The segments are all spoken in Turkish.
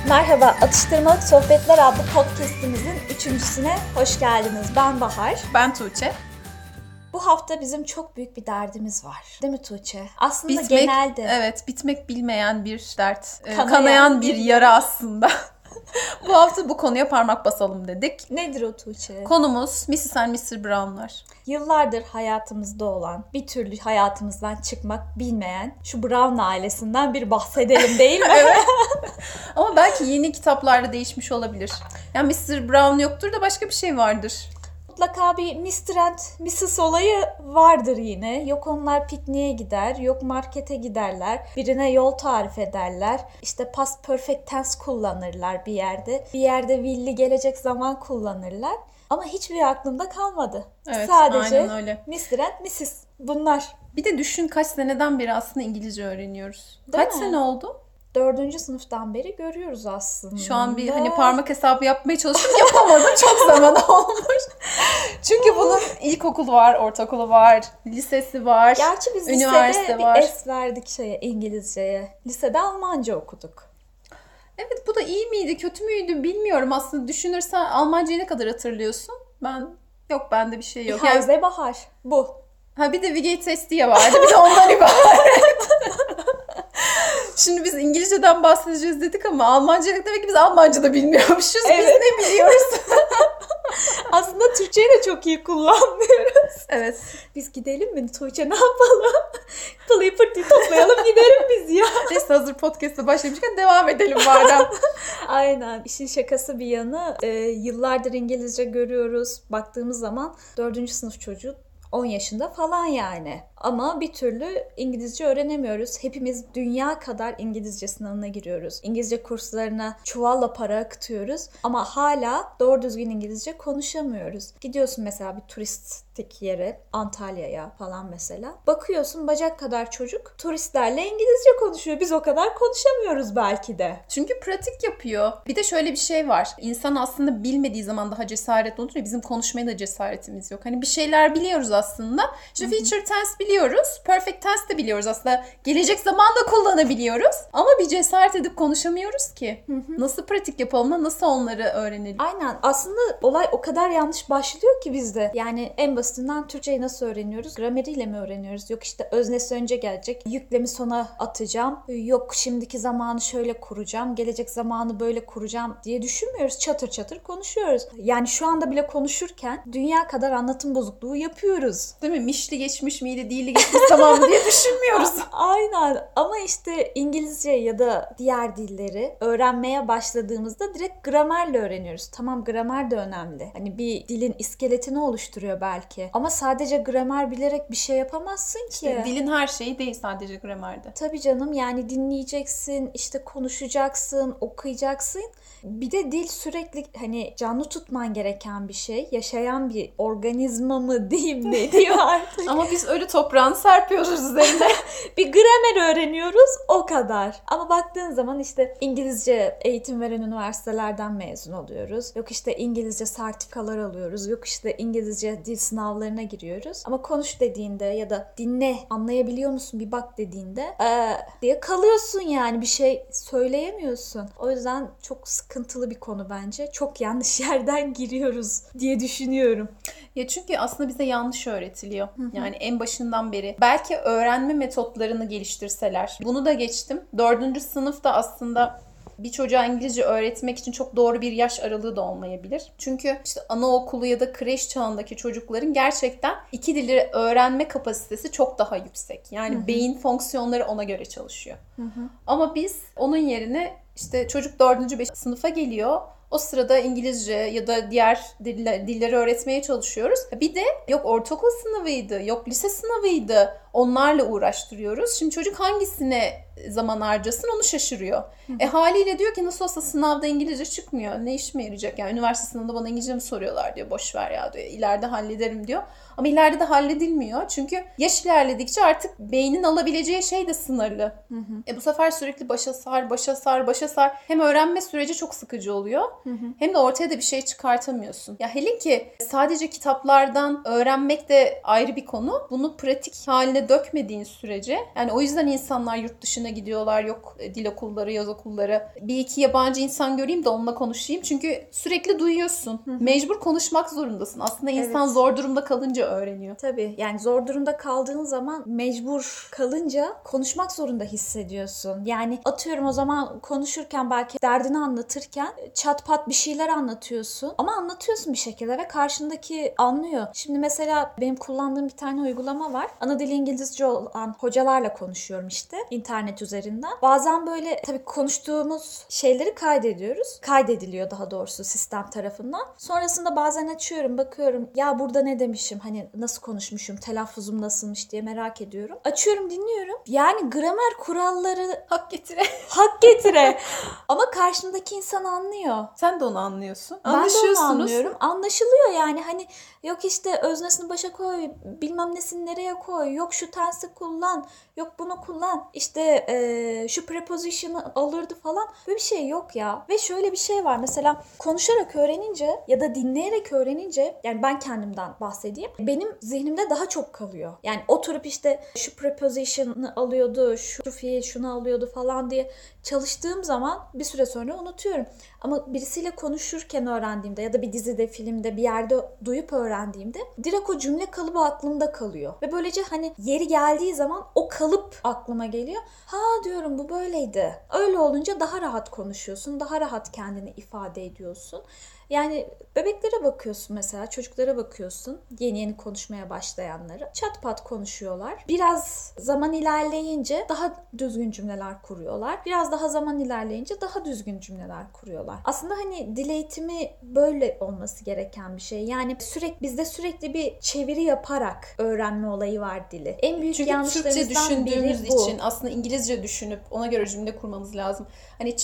Merhaba, Atıştırmalık Sohbetler adlı podcastimizin 3.'süne hoş geldiniz. Ben Bahar. Ben Tuğçe. Bu hafta bizim çok büyük bir derdimiz var. Değil mi Tuğçe? Aslında Bitmek, genelde... Evet, bitmek bilmeyen bir dert. Kanayan bir yara aslında. Bu hafta bu konuya parmak basalım dedik. Nedir o Tuğçe? Konumuz Mrs. and Mr. Brown'lar. Yıllardır hayatımızda olan, bir türlü hayatımızdan çıkmak bilmeyen şu Brown ailesinden bir bahsedelim değil mi? Evet. Ama belki yeni kitaplarda değişmiş olabilir. Yani Mr. Brown yoktur da başka bir şey vardır. Mutlaka bir Mr. and Mrs. olayı vardır yine. Yok onlar pikniğe gider, yok markete giderler, birine yol tarif ederler. İşte past perfect tense kullanırlar bir yerde. Bir yerde will'li gelecek zaman kullanırlar. Ama hiçbir aklımda kalmadı. Evet, sadece aynen öyle. Mr. and Mrs. bunlar. Bir de düşün kaç seneden beri aslında İngilizce öğreniyoruz. Değil Kaç mi? sene oldu? 4. sınıftan beri görüyoruz aslında. Şu an bir parmak hesabı yapmaya çalışıyorum. Yapamadım. Çok zaman olmuş. Çünkü bunun ilkokulu var, ortaokulu var, lisesi var, Gerçi biz lisede bir es verdik İngilizceye. Lisede Almanca okuduk. Evet, bu da iyi miydi, kötü müydü bilmiyorum. Aslında düşünürsen Almancayı ne kadar hatırlıyorsun? Bende bir şey yok. Herze Bahar. Bu. Bir de VGTS diye vardı. Bir de ondan ibaret. Şimdi biz İngilizceden bahsedeceğiz dedik ama Almanca demek ki biz Almanca da bilmiyormuşuz. Evet. Biz ne biliyoruz? Aslında Türkçeyi de çok iyi kullanmıyoruz. Evet. Biz gidelim mi Tuğçe, ne yapalım? Pılıyı pırtıyı toplayalım gidelim biz ya. Neyse, hazır podcast'a başlamışken devam edelim madem. Aynen. İşin şakası bir yana yıllardır İngilizce görüyoruz. Baktığımız zaman 4. sınıf çocuğu 10 yaşında falan yani. Ama bir türlü İngilizce öğrenemiyoruz. Hepimiz dünya kadar İngilizce sınavına giriyoruz. İngilizce kurslarına çuvalla para akıtıyoruz. Ama hala doğru düzgün İngilizce konuşamıyoruz. Gidiyorsun mesela bir turistik yere, Antalya'ya falan mesela. Bakıyorsun bacak kadar çocuk turistlerle İngilizce konuşuyor. Biz o kadar konuşamıyoruz belki de. Çünkü pratik yapıyor. Bir de şöyle bir şey var. İnsan aslında bilmediği zaman daha cesaretli olur ya. Bizim konuşmaya da cesaretimiz yok. Hani bir şeyler biliyoruz aslında. İşte future tense biliyoruz. Perfect tense de biliyoruz aslında. Gelecek zaman da kullanabiliyoruz. Ama bir cesaret edip konuşamıyoruz ki. Nasıl pratik yapalım da nasıl onları öğrenelim? Aynen. Aslında olay o kadar yanlış başlıyor ki bizde. Yani en basitinden Türkçeyi nasıl öğreniyoruz? Grameriyle mi öğreniyoruz? Yok işte öznesi önce gelecek. Yüklemi sona atacağım. Yok şimdiki zamanı şöyle kuracağım. Gelecek zamanı böyle kuracağım diye düşünmüyoruz. Çatır çatır konuşuyoruz. Yani şu anda bile konuşurken dünya kadar anlatım bozukluğu yapıyoruz. Değil mi? Mişli geçmiş miydi, değilli geçmiş tamam mı diye düşünmüyoruz. Aynen. Ama işte İngilizce ya da diğer dilleri öğrenmeye başladığımızda direkt gramerle öğreniyoruz. Tamam, gramer de önemli. Hani bir dilin iskeletini oluşturuyor belki. Ama sadece gramer bilerek bir şey yapamazsın ki. İşte dilin her şeyi değil sadece gramerde. Tabii canım, yani dinleyeceksin, işte konuşacaksın, okuyacaksın. Bir de dil sürekli hani canlı tutman gereken bir şey. Yaşayan bir organizma mı diyeyim ne diyeyim artık. Ama biz ölü toprağını serpiyoruz üzerine. Bir gramer öğreniyoruz o kadar. Ama baktığın zaman işte İngilizce eğitim veren üniversitelerden mezun oluyoruz. Yok işte İngilizce sertifikalar alıyoruz. Yok işte İngilizce dil sınavlarına giriyoruz. Ama konuş dediğinde ya da dinle, anlayabiliyor musun bir bak dediğinde diye kalıyorsun yani, bir şey söyleyemiyorsun. O yüzden çok sıkıntılı bir konu bence. Çok yanlış yerden giriyoruz diye düşünüyorum. Ya çünkü aslında bize yanlış öğretiliyor. Yani en başından beri. Belki öğrenme metotlarını geliştirseler. Bunu da geçtim. 4. sınıfta aslında bir çocuğa İngilizce öğretmek için çok doğru bir yaş aralığı da olmayabilir. Çünkü işte anaokulu ya da kreş çağındaki çocukların gerçekten 2 dili öğrenme kapasitesi çok daha yüksek. Yani beyin fonksiyonları ona göre çalışıyor. Ama biz onun yerine işte çocuk 4. 5. sınıfa geliyor. O sırada İngilizce ya da diğer dilleri öğretmeye çalışıyoruz. Bir de yok ortaokul sınavıydı, yok lise sınavıydı. Onlarla uğraştırıyoruz. Şimdi çocuk hangisine zaman harcasın onu şaşırıyor. Haliyle diyor ki nasıl olsa sınavda İngilizce çıkmıyor. Ne işime yarayacak? Yani üniversite sınavında bana İngilizce mi soruyorlar diyor. Boş ver ya diyor. İleride hallederim diyor. Ama ileride de halledilmiyor. Çünkü yaş ilerledikçe artık beynin alabileceği şey de sınırlı. Bu sefer sürekli başa sar. Hem öğrenme süreci çok sıkıcı oluyor. Hem de ortaya da bir şey çıkartamıyorsun. Ya hele ki sadece kitaplardan öğrenmek de ayrı bir konu. Bunu pratik haline kafaya dökmediğin sürece, yani o yüzden insanlar yurt dışına gidiyorlar, yok dil okulları, yaz okulları. Bir iki yabancı insan göreyim de onunla konuşayım. Çünkü sürekli duyuyorsun. Mecbur konuşmak zorundasın. Aslında insan zor durumda kalınca öğreniyor. Tabii yani zor durumda kaldığın zaman mecbur kalınca konuşmak zorunda hissediyorsun. Yani atıyorum o zaman konuşurken belki derdini anlatırken çat pat bir şeyler anlatıyorsun. Ama anlatıyorsun bir şekilde ve karşındaki anlıyor. Şimdi mesela benim kullandığım bir tane uygulama var. Ana dili İngilizce olan hocalarla konuşuyorum işte internet üzerinden. Bazen böyle tabii konuştuğumuz şeyleri kaydediyoruz. Kaydediliyor daha doğrusu sistem tarafından. Sonrasında bazen açıyorum, bakıyorum ya burada ne demişim, hani nasıl konuşmuşum, telaffuzum nasılmış diye merak ediyorum. Açıyorum, dinliyorum. Yani gramer kuralları hak getire. Hak getire. Ama karşımdaki insan anlıyor. Sen de onu anlıyorsun. Ben de onu anlıyorum. Anlaşılıyor yani, hani yok işte öznesini başa koy, bilmem nesini nereye koy, yok şu tense'i kullan, yok bunu kullan, işte şu preposition'ı alırdı falan. Böyle bir şey yok ya. Ve şöyle bir şey var, mesela konuşarak öğrenince ya da dinleyerek öğrenince, yani ben kendimden bahsedeyim, benim zihnimde daha çok kalıyor. Yani oturup işte şu preposition'ı alıyordu, şu fiil şunu alıyordu falan diye çalıştığım zaman bir süre sonra unutuyorum. Ama birisiyle konuşurken öğrendiğimde ya da bir dizide, filmde, bir yerde duyup öğrendiğimde direkt o cümle kalıbı aklımda kalıyor. Ve böylece hani yeri geldiği zaman o kalıp aklıma geliyor. Ha diyorum, bu böyleydi. Öyle olunca daha rahat konuşuyorsun, daha rahat kendini ifade ediyorsun. Yani bebeklere bakıyorsun mesela, çocuklara bakıyorsun, yeni yeni konuşmaya başlayanları. Çat pat konuşuyorlar. Biraz zaman ilerleyince daha düzgün cümleler kuruyorlar. Biraz daha zaman ilerleyince daha düzgün cümleler kuruyorlar. Aslında hani dil eğitimi böyle olması gereken bir şey. Yani bizde sürekli bir çeviri yaparak öğrenme olayı var dili. En büyük çünkü Türkçe yanlışlarımızdan biri bu. düşündüğümüz için aslında İngilizce düşünüp ona göre cümle kurmamız lazım. Hani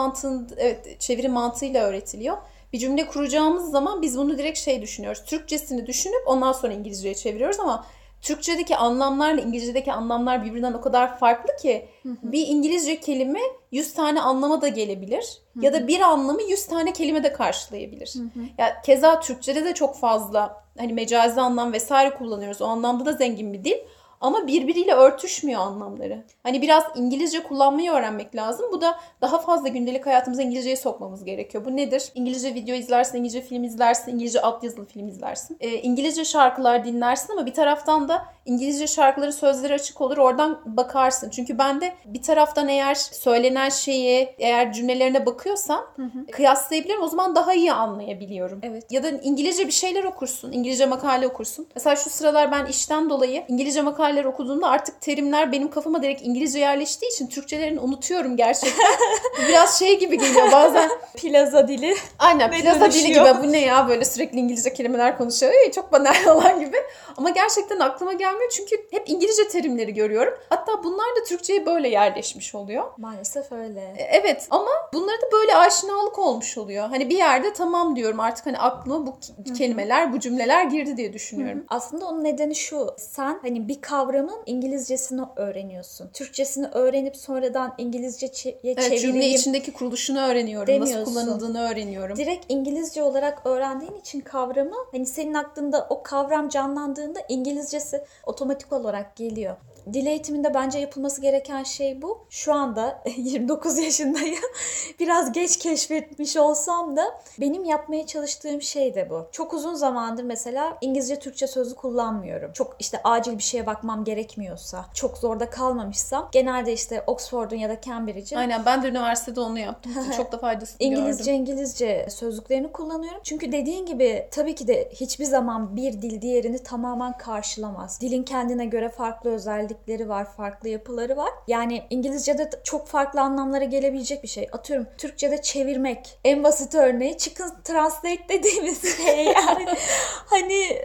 çeviri mantığıyla öğretiliyor. Bir cümle kuracağımız zaman biz bunu direkt düşünüyoruz. Türkçesini düşünüp ondan sonra İngilizceye çeviriyoruz ama Türkçedeki anlamlarla İngilizce'deki anlamlar birbirinden o kadar farklı ki bir İngilizce kelime 100 tane anlama da gelebilir. Ya da bir anlamı 100 tane kelime de karşılayabilir. Ya keza Türkçede de çok fazla hani mecazi anlam vesaire kullanıyoruz. O anlamda da zengin bir dil. Ama birbiriyle örtüşmüyor anlamları. Hani biraz İngilizce kullanmayı öğrenmek lazım. Bu da daha fazla gündelik hayatımıza İngilizceyi sokmamız gerekiyor. Bu nedir? İngilizce video izlersin, İngilizce film izlersin, İngilizce altyazılı film izlersin. İngilizce şarkılar dinlersin ama bir taraftan da İngilizce şarkıları sözleri açık olur. Oradan bakarsın. Çünkü ben de bir taraftan eğer söylenen şeyi, eğer cümlelerine bakıyorsam kıyaslayabilirim. O zaman daha iyi anlayabiliyorum. Evet. Ya da İngilizce bir şeyler okursun. İngilizce makale okursun. Mesela şu sıralar ben işten dolayı İngilizce makaleler okuduğumda artık terimler benim kafama direkt İngilizce yerleştiği için Türkçelerini unutuyorum gerçekten. Biraz gibi geliyor bazen. Plaza dili. Aynen, plaza dili gibi. Bu ne ya, böyle sürekli İngilizce kelimeler konuşuyor. Çok banal olan gibi. Ama gerçekten aklıma gelmiyor çünkü hep İngilizce terimleri görüyorum. Hatta bunlar da Türkçe'ye böyle yerleşmiş oluyor. Maalesef öyle. Evet, ama bunlara da böyle aşinalık olmuş oluyor. Hani bir yerde tamam diyorum artık, hani aklıma bu kelimeler, bu cümleler girdi diye düşünüyorum. Aslında onun nedeni şu. Sen hani bir kavramın İngilizcesini öğreniyorsun. Türkçesini öğrenip sonradan İngilizceye çevireyim. Cümle içindeki kuruluşunu öğreniyorum. Demiyorsun. Nasıl kullanıldığını öğreniyorum. Direkt İngilizce olarak öğrendiğin için kavramı, hani senin aklında o kavram canlandığında İngilizcesi otomatik olarak geliyor. Dil eğitiminde bence yapılması gereken şey bu. Şu anda 29 yaşındayım. Biraz geç keşfetmiş olsam da benim yapmaya çalıştığım şey de bu. Çok uzun zamandır mesela İngilizce Türkçe sözlü kullanmıyorum. Çok işte acil bir şeye bakmam gerekmiyorsa, çok zorda kalmamışsam genelde işte Oxford'un ya da Cambridge'in. Aynen, ben de üniversitede onu yaptım. Çok da faydasını gördüm. İngilizce sözlüklerini kullanıyorum. Çünkü dediğin gibi tabii ki de hiçbir zaman bir dil diğerini tamamen karşılamaz. Dilin kendine göre farklı özellikleri var, farklı yapıları var. Yani İngilizce'de çok farklı anlamlara gelebilecek bir şey. Atıyorum Türkçe'de çevirmek. En basit örneği chicken translate dediğimiz şey yani. Hani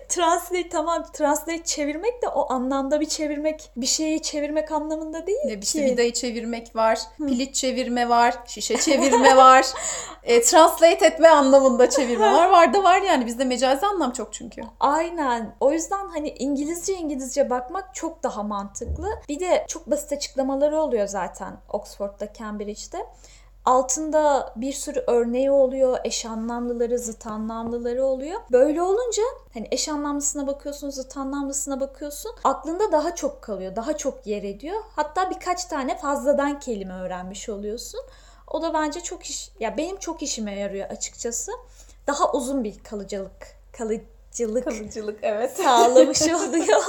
translate çevirmek de o anlamda bir çevirmek, bir şeyi çevirmek anlamında değil İşte ki. vidayı çevirmek var, piliç çevirme var, şişe çevirme var, translate etme anlamında çevirme var yani. Bizde mecazi anlam çok çünkü. Aynen. O yüzden hani İngilizce bakmak çok daha mantıklı. Bir de çok basit açıklamaları oluyor zaten Oxford'da, Cambridge'de. altında bir sürü örneği oluyor. Eş anlamlıları, zıt anlamlıları oluyor. Böyle olunca hani eş anlamlısına bakıyorsun, zıt anlamlısına bakıyorsun. Aklında daha çok kalıyor, daha çok yer ediyor. Hatta birkaç tane fazladan kelime öğrenmiş oluyorsun. O da bence benim çok işime yarıyor açıkçası. Daha uzun bir kalıcılık evet. sağlamış oluyor.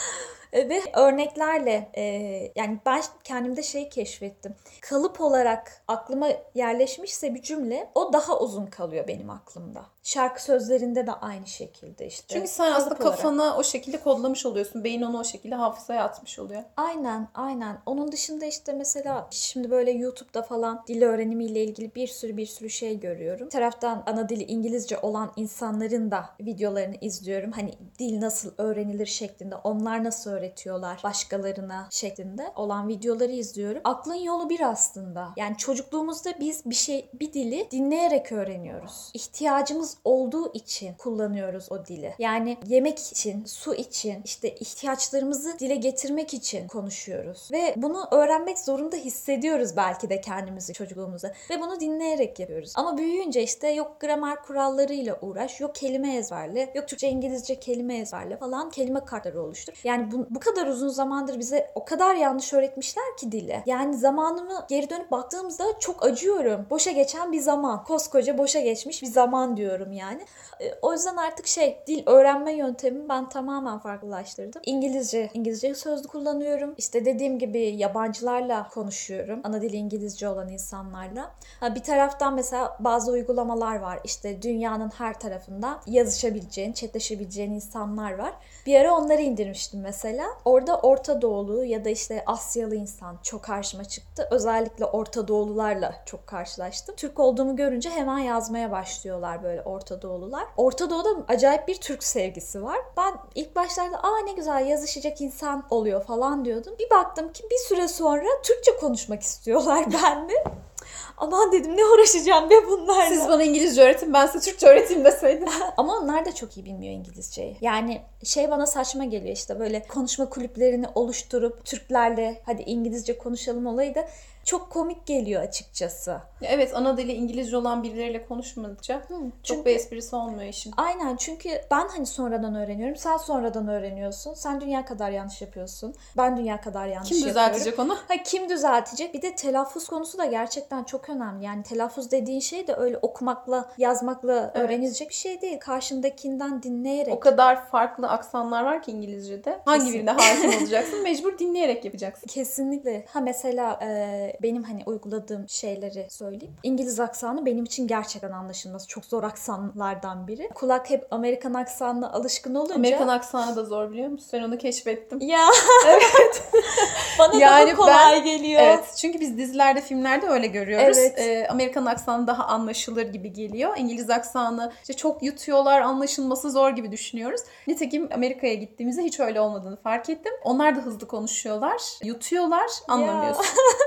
Ve örneklerle yani ben kendimde keşfettim. Kalıp olarak aklıma yerleşmişse bir cümle, o daha uzun kalıyor benim aklımda. Şarkı sözlerinde de aynı şekilde işte. Çünkü sen aslında kafana o şekilde kodlamış oluyorsun. Beyin onu o şekilde hafızaya atmış oluyor. Aynen. Onun dışında işte mesela şimdi böyle YouTube'da falan dil öğrenimiyle ilgili bir sürü şey görüyorum. Bir taraftan ana dili İngilizce olan insanların da videolarını izliyorum. Hani dil nasıl öğrenilir şeklinde, onlar nasıl öğretiyorlar başkalarına şeklinde olan videoları izliyorum. Aklın yolu bir aslında. Yani çocukluğumuzda biz bir dili dinleyerek öğreniyoruz. İhtiyacımız olduğu için kullanıyoruz o dili. Yani yemek için, su için, işte ihtiyaçlarımızı dile getirmek için konuşuyoruz. Ve bunu öğrenmek zorunda hissediyoruz belki de kendimizi çocukluğumuzda. Ve bunu dinleyerek yapıyoruz. Ama büyüyünce işte yok gramer kurallarıyla uğraş, yok kelime ezberle, yok Türkçe İngilizce kelime ezberle falan, kelime kartları oluştur. Yani bu kadar uzun zamandır bize o kadar yanlış öğretmişler ki dili. Yani zamanımı geri dönüp baktığımızda çok acıyorum. Boşa geçen bir zaman. Koskoca boşa geçmiş bir zaman diyorum yani. O yüzden artık dil öğrenme yöntemimi ben tamamen farklılaştırdım. İngilizce sözlü kullanıyorum. İşte dediğim gibi yabancılarla konuşuyorum. Ana dili İngilizce olan insanlarla. Bir taraftan mesela bazı uygulamalar var. İşte dünyanın her tarafında yazışabileceğin, chatleşebileceğin insanlar var. Bir ara onları indirmiştim mesela. Orada Orta Doğulu ya da işte Asyalı insan çok karşıma çıktı. Özellikle Orta Doğulularla çok karşılaştım. Türk olduğumu görünce hemen yazmaya başlıyorlar böyle Orta Doğulular. Orta Doğu'da acayip bir Türk sevgisi var. Ben ilk başlarda ne güzel yazışacak insan oluyor falan diyordum. Bir baktım ki bir süre sonra Türkçe konuşmak istiyorlar benimle. Aman dedim, ne uğraşacağım be bunlarla. Siz bana İngilizce öğretin, ben size Türkçe öğreteyim deseydim. Ama onlar da çok iyi bilmiyor İngilizceyi. Yani bana saçma geliyor, işte böyle konuşma kulüplerini oluşturup Türklerle hadi İngilizce konuşalım olayı da çok komik geliyor açıkçası. Evet, ana dili İngilizce olan birileriyle konuşmadıkça çok bir esprisi olmuyor işin. Aynen, çünkü ben sonradan öğreniyorum, sen sonradan öğreniyorsun. Sen dünya kadar yanlış yapıyorsun. Ben dünya kadar yanlış yapıyorum. Kim düzeltecek onu? Kim düzeltecek? Bir de telaffuz konusu da gerçekten çok önemli. Yani telaffuz dediğin şey de öyle okumakla, yazmakla öğrenilecek bir şey değil. Karşındakinden dinleyerek. O kadar farklı aksanlar var ki İngilizce'de. Hangi birine hakim olacaksın? Mecbur dinleyerek yapacaksın. Kesinlikle. Mesela benim uyguladığım şeyleri söyleyeyim. İngiliz aksanı benim için gerçekten anlaşılması çok zor aksanlardan biri. Kulak hep Amerikan aksanına alışkın olunca. Amerikan aksanı da zor, biliyor musun? Ben onu keşfettim. Ya. Evet. Bana daha kolay geliyor. Evet. Çünkü biz dizilerde, filmlerde öyle görüyoruz. Evet. Amerikan aksanı daha anlaşılır gibi geliyor. İngiliz aksanı çok yutuyorlar, anlaşılması zor gibi düşünüyoruz. Nitekim Amerika'ya gittiğimizde hiç öyle olmadığını fark ettim. Onlar da hızlı konuşuyorlar. Yutuyorlar, anlamıyorsun.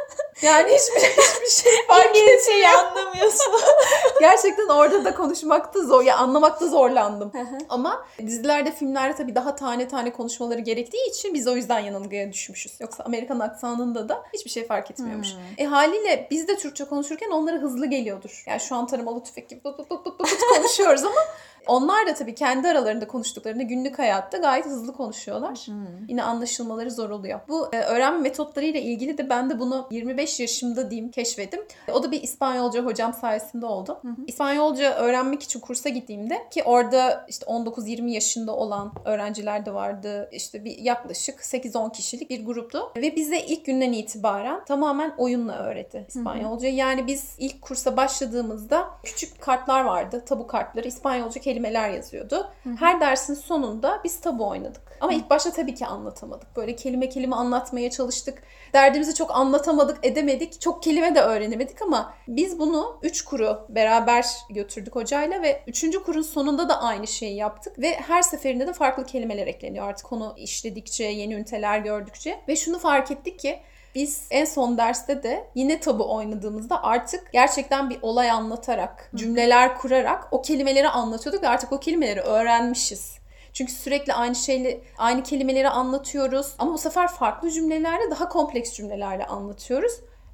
Yani hiçbir şey fark etmiyor. Anlamıyorsun. Gerçekten orada da konuşmakta zor, ya anlamakta zorlandım. Ama dizilerde, filmlerde tabii daha tane tane konuşmaları gerektiği için biz o yüzden yanılgıya düşmüşüz. Yoksa Amerikan aksanında da hiçbir şey fark etmiyormuş. Haliyle biz de Türkçe konuşurken onlara hızlı geliyordur. Yani şu an tarımalı tüfek gibi konuşuyoruz ama onlar da tabii kendi aralarında konuştuklarında günlük hayatta gayet hızlı konuşuyorlar. Yine anlaşılmaları zor oluyor. Bu öğrenme metotlarıyla ilgili de ben de bunu 25 yaşımda keşfettim. O da bir İspanyolca hocam sayesinde oldu. İspanyolca öğrenmek için kursa gittiğimde, ki orada işte 19-20 yaşında olan öğrenciler de vardı. İşte bir yaklaşık 8-10 kişilik bir gruptu. Ve bize ilk günden itibaren tamamen oyunla öğretti İspanyolca. Yani biz ilk kursa başladığımızda küçük kartlar vardı. Tabu kartları. İspanyolca kelimeler yazıyordu. Her dersin sonunda biz tabu oynadık. Ama ilk başta tabii ki anlatamadık. Böyle kelime kelime anlatmaya çalıştık. Derdimizi çok anlatamadık, edemedik. Çok kelime de öğrenemedik ama biz bunu 3 kuru beraber götürdük hocayla ve 3. kurun sonunda da aynı şeyi yaptık. Ve her seferinde de farklı kelimeler ekleniyor artık konu işledikçe, yeni üniteler gördükçe. Ve şunu fark ettik ki biz en son derste de yine tabu oynadığımızda artık gerçekten bir olay anlatarak, cümleler kurarak o kelimeleri anlatıyorduk ve artık o kelimeleri öğrenmişiz. Çünkü sürekli aynı kelimeleri anlatıyoruz ama bu sefer farklı cümlelerle, daha kompleks cümlelerle anlatıyoruz.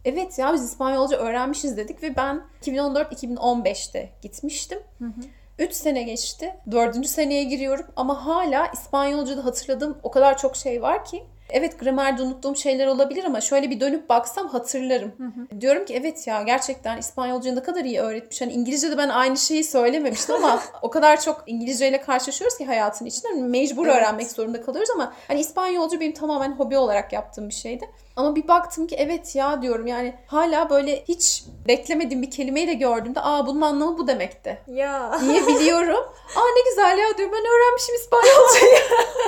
Evet ya, biz İspanyolca öğrenmişiz dedik ve ben 2014-2015'te gitmiştim. 3 sene geçti. 4. seneye giriyorum ama hala İspanyolca'da hatırladığım o kadar çok şey var ki. Evet, gramerde unuttuğum şeyler olabilir ama şöyle bir dönüp baksam hatırlarım. Diyorum ki evet ya, gerçekten İspanyolcayı ne kadar iyi öğretmiş. Hani İngilizce'de ben aynı şeyi söylememiştim ama o kadar çok İngilizceyle karşılaşıyoruz ki hayatın içinde. Hani mecbur öğrenmek zorunda kalıyoruz ama hani İspanyolca benim tamamen hobi olarak yaptığım bir şeydi. Ama bir baktım ki evet ya diyorum, yani hala böyle hiç beklemediğim bir kelimeyi de gördüğümde bunun anlamı bu demekti. Ya. Diyebiliyorum. Ne güzel ya diyorum, ben öğrenmişim İspanyolcayı.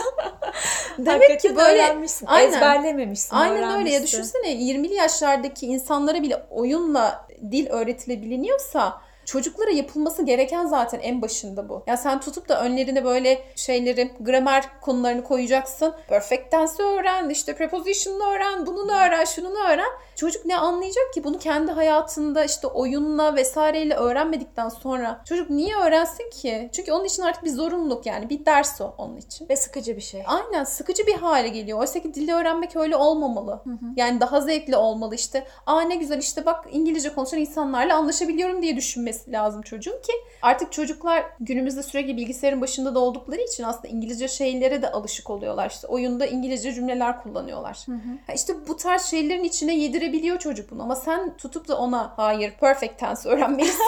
Demek ki böyle öğrenmişsin. Aynen. Ezberlememişsin. Aynen öyle. Ya düşünsene, 20'li yaşlardaki insanlara bile oyunla dil öğretilebiliyorsa çocuklara yapılması gereken zaten en başında bu. Ya sen tutup da önlerine böyle şeyleri, gramer konularını koyacaksın. Perfect tense öğren, işte preposition'ı öğren, bunu öğren, şunu öğren. Çocuk ne anlayacak ki? Bunu kendi hayatında işte oyunla vesaireyle öğrenmedikten sonra çocuk niye öğrensin ki? Çünkü onun için artık bir zorunluluk, yani bir ders o onun için. Ve sıkıcı bir şey. Aynen, sıkıcı bir hale geliyor. Oysa ki dili öğrenmek öyle olmamalı. Yani daha zevkli olmalı işte. Ne güzel işte bak, İngilizce konuşan insanlarla anlaşabiliyorum diye düşünmesi lazım çocuğun ki artık çocuklar günümüzde sürekli bilgisayarın başında da oldukları için aslında İngilizce şeylere de alışık oluyorlar. İşte oyunda İngilizce cümleler kullanıyorlar. İşte bu tarz şeylerin içine yedirebiliyor çocuk bunu ama sen tutup da ona hayır perfect tense öğrenmelisin.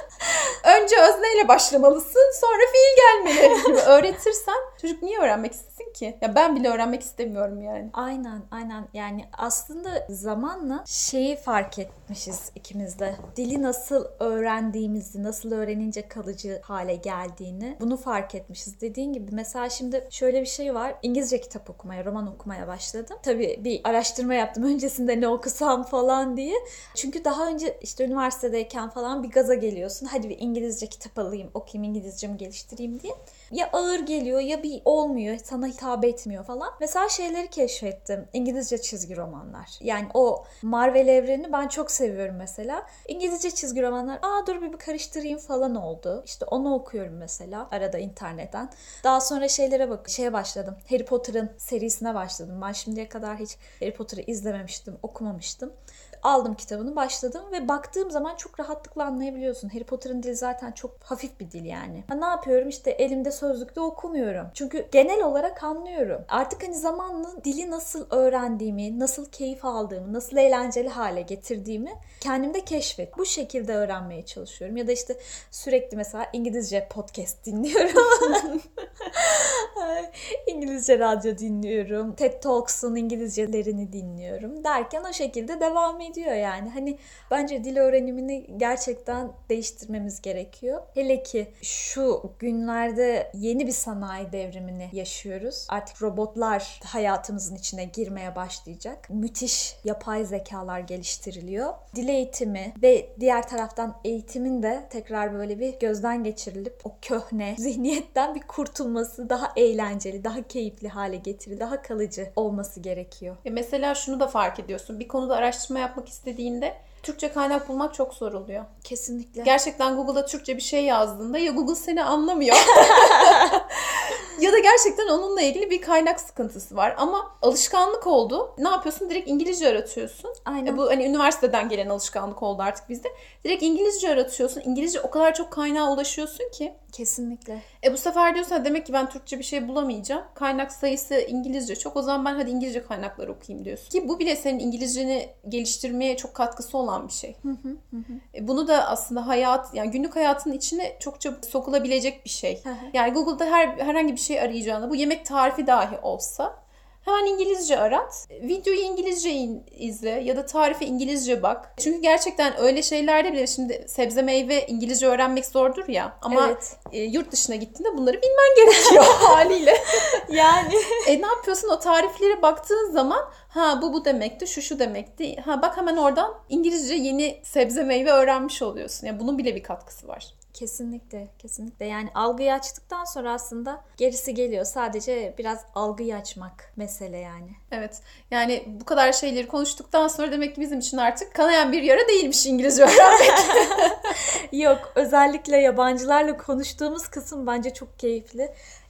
Önce özneyle başlamalısın, sonra fiil gelmeli gibi öğretirsen çocuk niye öğrenmek istesin ki? Ya ben bile öğrenmek istemiyorum yani. Aynen. Yani aslında zamanla şeyi fark etmişiz ikimiz de. Dili nasıl öğrendiğimizi, nasıl öğrenince kalıcı hale geldiğini, bunu fark etmişiz. Dediğin gibi mesela şimdi şöyle bir şey var. İngilizce kitap okumaya, roman okumaya başladım. Tabii bir araştırma yaptım öncesinde ne okusam falan diye. Çünkü daha önce işte üniversitedeyken falan bir gaza geliyorsun. Hadi bir İngilizce kitap alayım, okuyayım, İngilizcemi geliştireyim diye. Ya ağır geliyor ya bir olmuyor, sana hitap etmiyor falan. Mesela şeyleri keşfettim. İngilizce çizgi romanlar. Yani o Marvel evrenini ben çok seviyorum mesela. İngilizce çizgi romanlar, dur bir karıştırayım falan oldu. İşte onu okuyorum mesela arada internetten. Daha sonra şeye başladım. Harry Potter'ın serisine başladım. Ben şimdiye kadar hiç Harry Potter'ı izlememiştim, okumamıştım. Aldım kitabını, başladım ve baktığım zaman çok rahatlıkla anlayabiliyorsun. Harry Potter'ın dili zaten çok hafif bir dil yani. Ne yapıyorum? İşte elimde sözlükte okumuyorum. Çünkü genel olarak anlıyorum. Artık hani zamanla dili nasıl öğrendiğimi, nasıl keyif aldığımı, nasıl eğlenceli hale getirdiğimi kendimde keşfet. Bu şekilde öğrenmeye çalışıyorum. Ya da işte sürekli mesela İngilizce podcast dinliyorum. İngilizce radyo dinliyorum. TED Talks'un İngilizcelerini dinliyorum. Derken o şekilde devam ediyor yani. Hani bence dil öğrenimini gerçekten değiştirmemiz gerekiyor. Hele ki şu günlerde yeni bir sanayi devrimini yaşıyoruz. Artık robotlar hayatımızın içine girmeye başlayacak. Müthiş yapay zekalar geliştiriliyor. Dil eğitimi ve diğer taraftan eğitimin de tekrar böyle bir gözden geçirilip o köhne zihniyetten bir kurtulması, daha eğlenceli, daha keyifli hale getirilip daha kalıcı olması gerekiyor. Mesela şunu da fark ediyorsun. Bir konuda araştırma yapmak istediğinde Türkçe kaynak bulmak çok zor oluyor. Kesinlikle. Gerçekten Google'a Türkçe bir şey yazdığında ya Google seni anlamıyor ya da gerçekten onunla ilgili bir kaynak sıkıntısı var. Ama alışkanlık oldu. Ne yapıyorsun? Direkt İngilizce aratıyorsun. Aynen. Bu hani üniversiteden gelen alışkanlık oldu artık bizde. Direkt İngilizce aratıyorsun. İngilizce o kadar çok kaynağa ulaşıyorsun ki. Kesinlikle. Bu sefer diyorsan demek ki ben Türkçe bir şey bulamayacağım. Kaynak sayısı İngilizce çok. O zaman ben hadi İngilizce kaynakları okuyayım diyorsun. Ki bu bile senin İngilizceni geliştirmeye çok katkısı olan bir şey. Bunu da aslında yani günlük hayatın içine çokça sokulabilecek bir şey. Yani Google'da herhangi bir şey arayacağında, bu yemek tarifi dahi olsa hemen İngilizce arat. Videoyu İngilizce izle ya da tarife İngilizce bak. Çünkü gerçekten öyle şeylerde bile şimdi sebze meyve İngilizce öğrenmek zordur ya. Ama evet. Yurt dışına gittiğinde bunları bilmen gerekiyor haliyle. Yani. Ne yapıyorsun? O tariflere baktığın zaman bu demekti, şu demekti. Bak hemen oradan İngilizce yeni sebze meyve öğrenmiş oluyorsun. Yani bunun bile bir katkısı var. Kesinlikle. Yani algıyı açtıktan sonra aslında gerisi geliyor. Sadece biraz algıyı açmak mesele yani. Evet. Yani bu kadar şeyleri konuştuktan sonra demek ki bizim için artık kanayan bir yara değilmiş İngilizce öğrenmek. Yok. Özellikle yabancılarla konuştuğumuz kısım bence çok keyifli.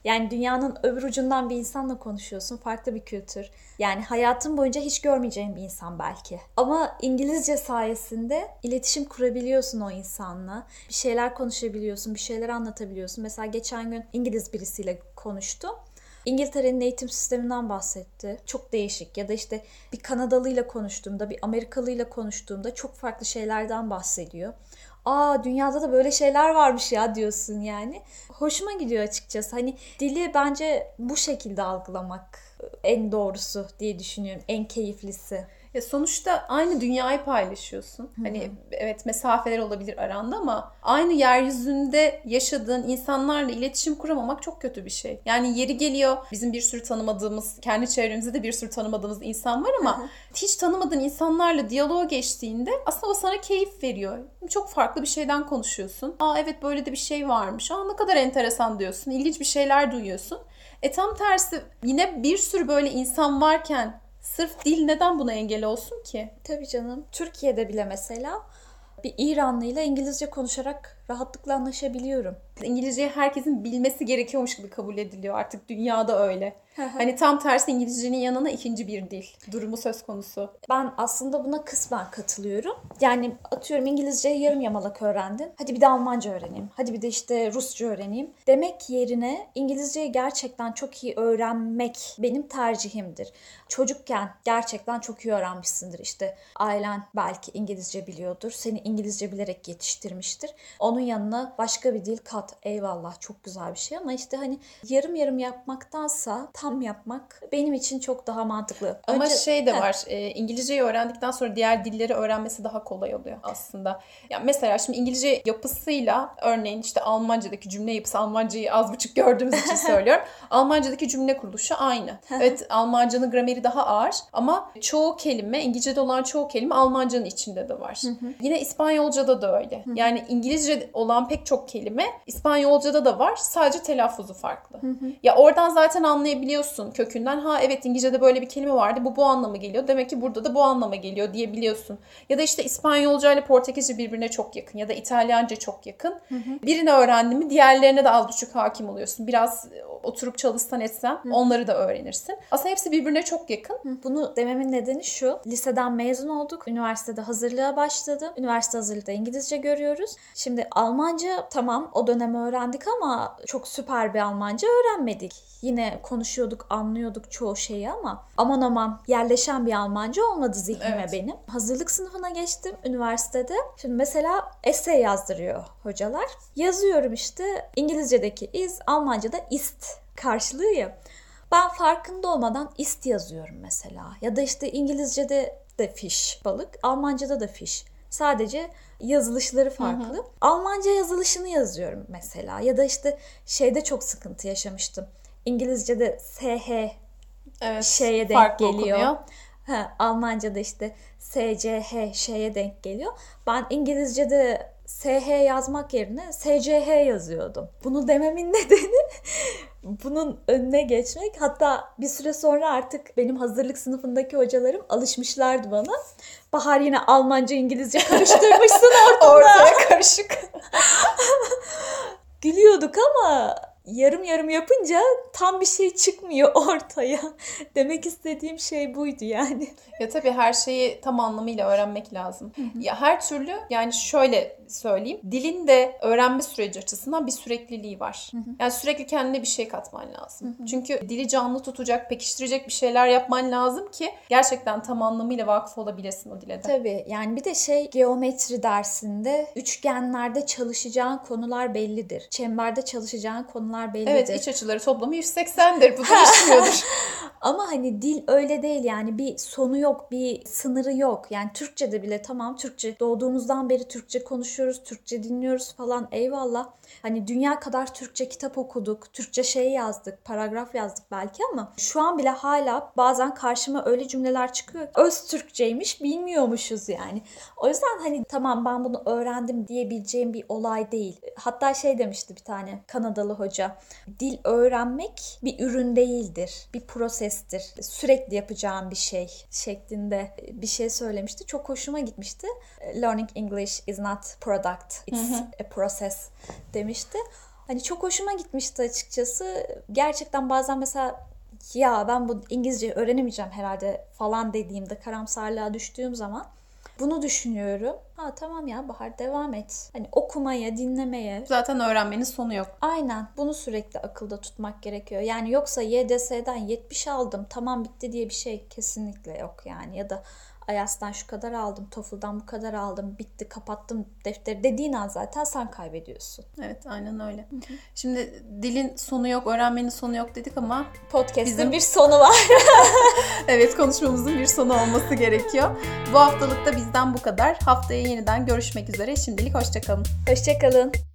Yani dünyanın öbür ucundan bir insanla konuşuyorsun. Farklı bir kültür. Yani hayatın boyunca hiç görmeyeceğin bir insan belki. Ama İngilizce sayesinde iletişim kurabiliyorsun o insanla. Bir şeyler konuşabiliyorsun, bir şeyler anlatabiliyorsun. Mesela geçen gün İngiliz birisiyle konuştum. İngiltere'nin eğitim sisteminden bahsetti. Çok değişik. Ya da işte bir Kanadalıyla konuştuğumda, bir Amerikalıyla konuştuğumda çok farklı şeylerden bahsediyor. Dünyada da böyle şeyler varmış ya diyorsun yani. Hoşuma gidiyor açıkçası. Hani dili bence bu şekilde algılamak en doğrusu diye düşünüyorum. En keyiflisi. Ya sonuçta aynı dünyayı paylaşıyorsun. Hani evet mesafeler olabilir aranda ama aynı yeryüzünde yaşadığın insanlarla iletişim kuramamak çok kötü bir şey. Yani yeri geliyor bizim bir sürü tanımadığımız, kendi çevremizde de bir sürü tanımadığımız insan var ama hiç tanımadığın insanlarla diyaloğa geçtiğinde aslında o sana keyif veriyor. Çok farklı bir şeyden konuşuyorsun. Evet böyle de bir şey varmış. Ne kadar enteresan diyorsun. İlginç bir şeyler duyuyorsun. Tam tersi yine bir sürü böyle insan varken sırf dil neden buna engel olsun ki? Tabii canım. Türkiye'de bile mesela bir İranlıyla İngilizce konuşarak rahatlıkla anlaşabiliyorum. İngilizceyi herkesin bilmesi gerekiyormuş gibi kabul ediliyor artık dünyada öyle. Hani tam tersi İngilizcenin yanına ikinci bir dil durumu söz konusu. Ben aslında buna kısmen katılıyorum. Yani atıyorum İngilizceyi yarım yamalak öğrendin. Hadi bir de Almanca öğreneyim. Hadi bir de işte Rusça öğreneyim. Demek yerine İngilizceyi gerçekten çok iyi öğrenmek benim tercihimdir. Çocukken gerçekten çok iyi öğrenmişsindir. İşte ailen belki İngilizce biliyordur. Seni İngilizce bilerek yetiştirmiştir. Onun yanına başka bir dil kat. Eyvallah, çok güzel bir şey ama işte hani yarım yarım yapmaktansa tam yapmak benim için çok daha mantıklı. Ama şey de var. İngilizceyi öğrendikten sonra diğer dilleri öğrenmesi daha kolay oluyor aslında. Yani mesela şimdi İngilizce yapısıyla örneğin işte Almancadaki cümle yapısı, Almancayı az buçuk gördüğümüz için söylüyorum. Almancadaki cümle kuruluşu aynı. Evet, Almancanın grameri daha ağır ama çoğu kelime, İngilizce'de olan çoğu kelime Almancanın içinde de var. Yine İspanyolca'da da öyle. Yani İngilizce olan pek çok kelime İspanyolca'da da var. Sadece telaffuzu farklı. Ya oradan zaten anlayabiliyorsun kökünden. Evet İngilizce'de böyle bir kelime vardı. Bu anlama geliyor. Demek ki burada da bu anlama geliyor diyebiliyorsun. Ya da işte İspanyolca ile Portekizce birbirine çok yakın. Ya da İtalyanca çok yakın. Birini öğrendin mi diğerlerine de az buçuk hakim oluyorsun. Biraz oturup çalışsan etsen onları da öğrenirsin. Aslında hepsi birbirine çok yakın. Bunu dememin nedeni şu. Liseden mezun olduk. Üniversitede hazırlığa başladım. Üniversite hazırlıkta İngilizce görüyoruz. Şimdi Almanca tamam o dönem öğrendik ama çok süper bir Almanca öğrenmedik. Yine konuşuyorduk, anlıyorduk çoğu şeyi ama aman yerleşen bir Almanca olmadı zihnime benim. Hazırlık sınıfına geçtim üniversitede. Şimdi mesela essay yazdırıyor hocalar. Yazıyorum işte İngilizce'deki is, Almanca'da ist karşılığı ya. Ben farkında olmadan ist yazıyorum mesela. Ya da işte İngilizce'de de fish, balık, Almanca'da da fish. Sadece yazılışları farklı. Almanca yazılışını yazıyorum mesela. Ya da işte şeyde çok sıkıntı yaşamıştım. İngilizce'de SH şeye denk geliyor. Almanca'da işte SCH şeye denk geliyor. Ben İngilizce'de SH yazmak yerine SCH yazıyordum. Bunu dememin nedeni bunun önüne geçmek. Hatta bir süre sonra artık benim hazırlık sınıfındaki hocalarım alışmışlardı bana. Bahar yine Almanca İngilizce karıştırmışsın ortaya karışık. Gülüyorduk ama yarım yarım yapınca tam bir şey çıkmıyor ortaya. Demek istediğim şey buydu yani. Ya tabii her şeyi tam anlamıyla öğrenmek lazım. Ya her türlü yani şöyle söyleyeyim. Dilin de öğrenme süreci açısından bir sürekliliği var. Yani sürekli kendine bir şey katman lazım. Çünkü dili canlı tutacak, pekiştirecek bir şeyler yapman lazım ki gerçekten tam anlamıyla vakıf olabilirsin o dile de. Tabii yani bir de geometri dersinde üçgenlerde çalışacağın konular bellidir. Çemberde çalışacağın konular bellidir. Evet, iç açıları toplamı 180'dir. Bu değişmiyordur. Ama hani dil öyle değil yani bir sonu yok, bir sınırı yok. Yani Türkçe'de bile tamam Türkçe doğduğumuzdan beri Türkçe konuşuyoruz, Türkçe dinliyoruz falan eyvallah. Hani dünya kadar Türkçe kitap okuduk, Türkçe yazdık, paragraf yazdık belki ama şu an bile hala bazen karşıma öyle cümleler çıkıyor. Öz Türkçeymiş bilmiyormuşuz yani. O yüzden hani tamam ben bunu öğrendim diyebileceğim bir olay değil. Hatta demişti bir tane Kanadalı hoca. Dil öğrenmek bir ürün değildir, bir prosestir. Sürekli yapacağım bir şey şeklinde bir şey söylemişti. Çok hoşuma gitmişti. Learning English is not product, it's a process demişti. Hani çok hoşuma gitmişti açıkçası. Gerçekten bazen mesela ya ben bu İngilizceyi öğrenemeyeceğim herhalde falan dediğimde, karamsarlığa düştüğüm zaman bunu düşünüyorum. Ha tamam ya Bahar, devam et. Hani okumaya, dinlemeye. Zaten öğrenmenin sonu yok. Aynen, bunu sürekli akılda tutmak gerekiyor. Yani yoksa YDS'den 70 aldım tamam bitti diye bir şey kesinlikle yok yani. Ya da IELTS'ten şu kadar aldım, TOEFL'dan bu kadar aldım, bitti kapattım defteri dediğin an zaten sen kaybediyorsun. Evet, aynen öyle. Şimdi dilin sonu yok, öğrenmenin sonu yok dedik ama Podcast'in bir sonu var. evet, konuşmamızın bir sonu olması gerekiyor. Bu haftalık da bizden bu kadar. Haftaya yeniden görüşmek üzere. Şimdilik hoşça kalın. Hoşça kalın.